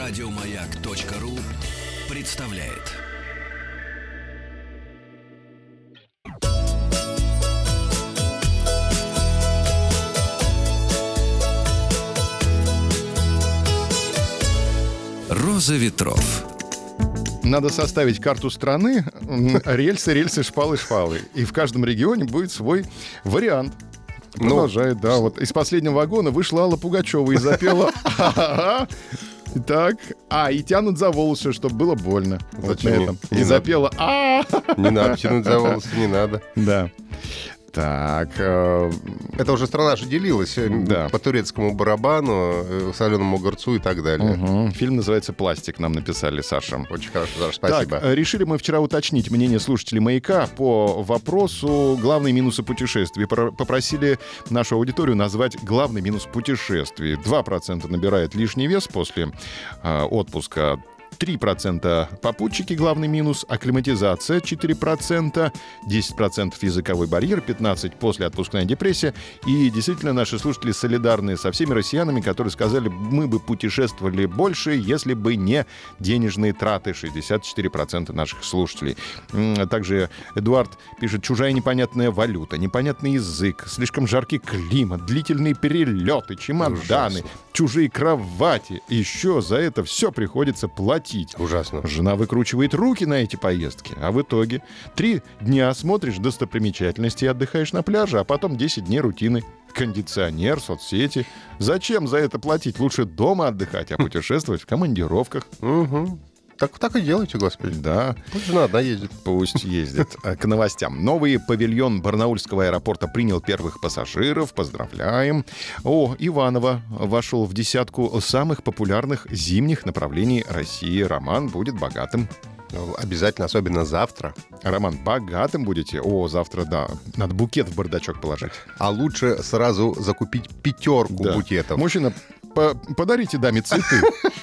Радиомаяк.ру представляет. Роза ветров. Надо составить карту страны, рельсы, шпалы. И в каждом регионе будет свой вариант. Продолжает, да. Вот из последнего вагона вышла Алла Пугачева и запела так, и тянут за волосы, чтобы было больно. Зачем? И запела Не надо тянуть за волосы, не надо. Да. Так. Это уже страна же делилась по турецкому барабану, соленому огурцу и так далее. Угу. Фильм называется «Пластик», нам написали, Саша. Очень хорошо, Саша, спасибо. Так, решили мы вчера уточнить мнение слушателей «Маяка» по вопросу «Главные минусы путешествий». Попросили нашу аудиторию назвать главный минус путешествий. 2% набирает лишний вес после отпуска. 3% попутчики, главный минус, акклиматизация 4%, 10% языковой барьер, 15% послеотпускная депрессия. И действительно наши слушатели солидарны со всеми россиянами, которые сказали, мы бы путешествовали больше, если бы не денежные траты. 64% наших слушателей. Также Эдуард пишет, чужая непонятная валюта, непонятный язык, слишком жаркий климат, длительные перелеты, чемоданы, чужие кровати. Еще за это все приходится платить. Ужасно. Жена выкручивает руки на эти поездки, а в итоге 3 дня смотришь достопримечательности и отдыхаешь на пляже, а потом 10 дней рутины. Кондиционер, соцсети. Зачем за это платить? Лучше дома отдыхать, а путешествовать в командировках. Угу. Так и делайте, господи. Да. Пусть жена одна ездит. Пусть ездит. К новостям. Новый павильон Барнаульского аэропорта принял первых пассажиров. Поздравляем. Иваново вошел в десятку самых популярных зимних направлений России. Роман будет богатым. Обязательно, особенно завтра. Роман, богатым будете? Завтра, да. Надо букет в бардачок положить. А лучше сразу закупить 5 букетов. Мужчина, подарите даме цветы.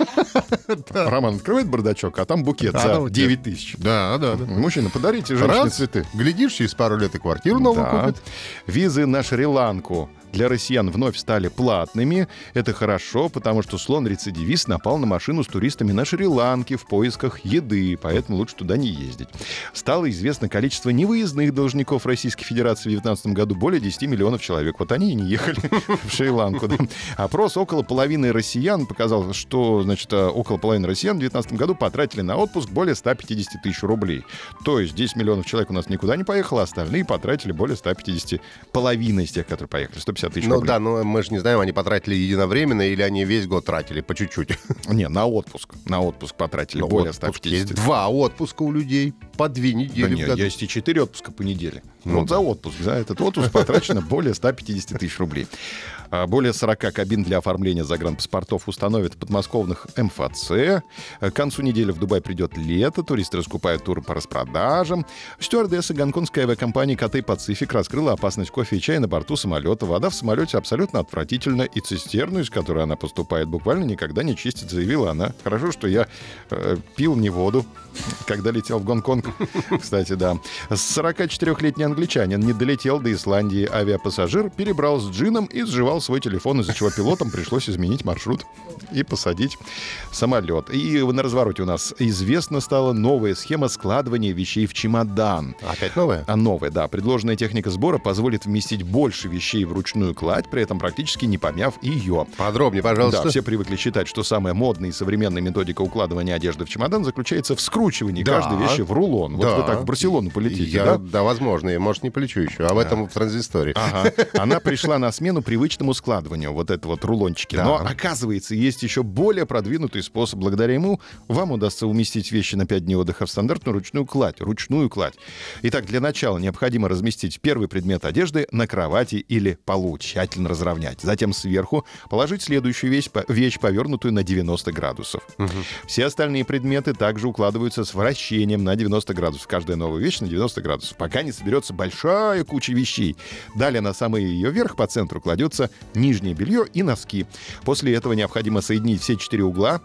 Роман открывает бардачок, а там букет за 9 тысяч. Да. Мужчина, подарите женщине цветы. Глядишь, через пару лет и квартиру новую купит. Визы на Шри-Ланку для россиян вновь стали платными. Это хорошо, потому что слон-рецидивист напал на машину с туристами на Шри-Ланке в поисках еды, поэтому лучше туда не ездить. Стало известно количество невыездных должников Российской Федерации в 2019 году, более 10 миллионов человек. Вот они и не ехали в Шри-Ланку. Опрос около половины россиян показал, что, около половины россиян в 2019 году потратили на отпуск более 150 тысяч рублей. То есть 10 миллионов человек у нас никуда не поехало, а остальные потратили более 150, половина из тех, которые поехали, 150 тысяч рублей. Да, но мы же не знаем, они потратили единовременно или они весь год тратили по чуть-чуть. Не, на отпуск потратили более 150. Есть 2 отпуска у людей по 2 недели. Да нет, есть и 4 отпуска по неделе. За отпуск, за этот отпуск потрачено более 150 тысяч рублей. Более 40 кабин для оформления загранпаспортов установят в подмосковных МФЦ. К концу недели в Дубай придет лето, туристы раскупают туры по распродажам. Стюардесса гонконгской авиакомпании Cathay Pacific раскрыла опасность кофе и чая на борту самолета. Вода в самолете абсолютно отвратительна, и цистерну, из которой она поступает, буквально никогда не чистит, заявила она. Хорошо, что я пил не воду, когда летел в Гонконг. Кстати, да. 44-летний англичанин не долетел до Исландии. Авиапассажир перебрал с джином и сживал свой телефон, из-за чего пилотам пришлось изменить маршрут и посадить самолет. И на развороте у нас известна стала новая схема складывания вещей в чемодан. Опять новая? Новая, да. Предложенная техника сбора позволит вместить больше вещей в ручную кладь, при этом практически не помяв ее. Подробнее, пожалуйста. Да, все привыкли считать, что самая модная и современная методика укладывания одежды в чемодан заключается в скручивании каждой вещи в рулон. Вот вы так в Барселону полетите, да? Да, возможно. Я, может, не полечу еще. Об этом в транзисторе. Она пришла на смену привычному складыванию, вот это вот рулончики. Да. Но, оказывается, есть еще более продвинутый способ. Благодаря ему вам удастся уместить вещи на 5 дней отдыха в стандартную ручную кладь. Итак, для начала необходимо разместить первый предмет одежды на кровати или полу, тщательно разровнять. Затем сверху положить следующую вещь, повернутую на 90 градусов. Все остальные предметы также укладываются с вращением на 90 градусов. Каждая новая вещь на 90 градусов, пока не соберется большая куча вещей. Далее на самый ее верх по центру кладется нижнее белье и носки. После этого необходимо соединить все 4 угла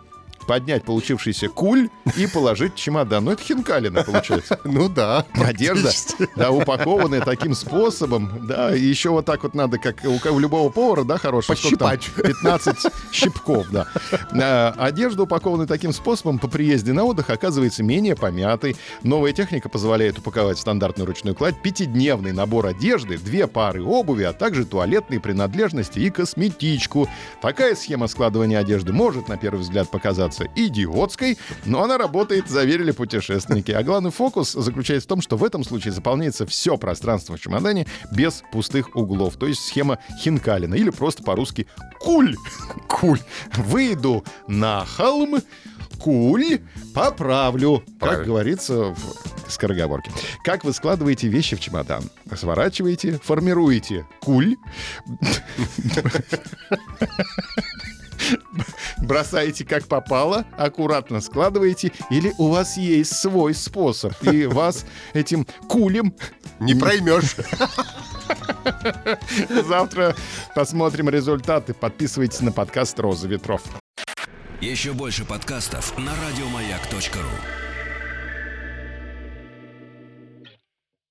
поднять получившийся куль и положить в чемодан. Ну, это хинкалина, получается. Ну да. Одежда, да, упакованная таким способом, да, и еще вот так вот надо, как у любого повара, да, хорошего. Пощипать. 15 щипков, да. Одежда, упакованная таким способом, по приезде на отдых оказывается менее помятой. Новая техника позволяет упаковать в стандартную ручную кладь 5-дневный набор одежды, 2 пары обуви, а также туалетные принадлежности и косметичку. Такая схема складывания одежды может, на первый взгляд, показаться идиотской, но она работает, заверили путешественники. А главный фокус заключается в том, что в этом случае заполняется все пространство в чемодане без пустых углов. То есть схема хинкалина, или просто по-русски куль. Куль. Выйду на холм, куль поправлю, как говорится в скороговорке. Как вы складываете вещи в чемодан? Сворачиваете, формируете куль, бросаете как попало, аккуратно складываете, или у вас есть свой способ, и вас этим кулем не проймешь. Завтра посмотрим результаты. Подписывайтесь на подкаст «Роза ветров». Еще больше подкастов на радиомаяк.ру.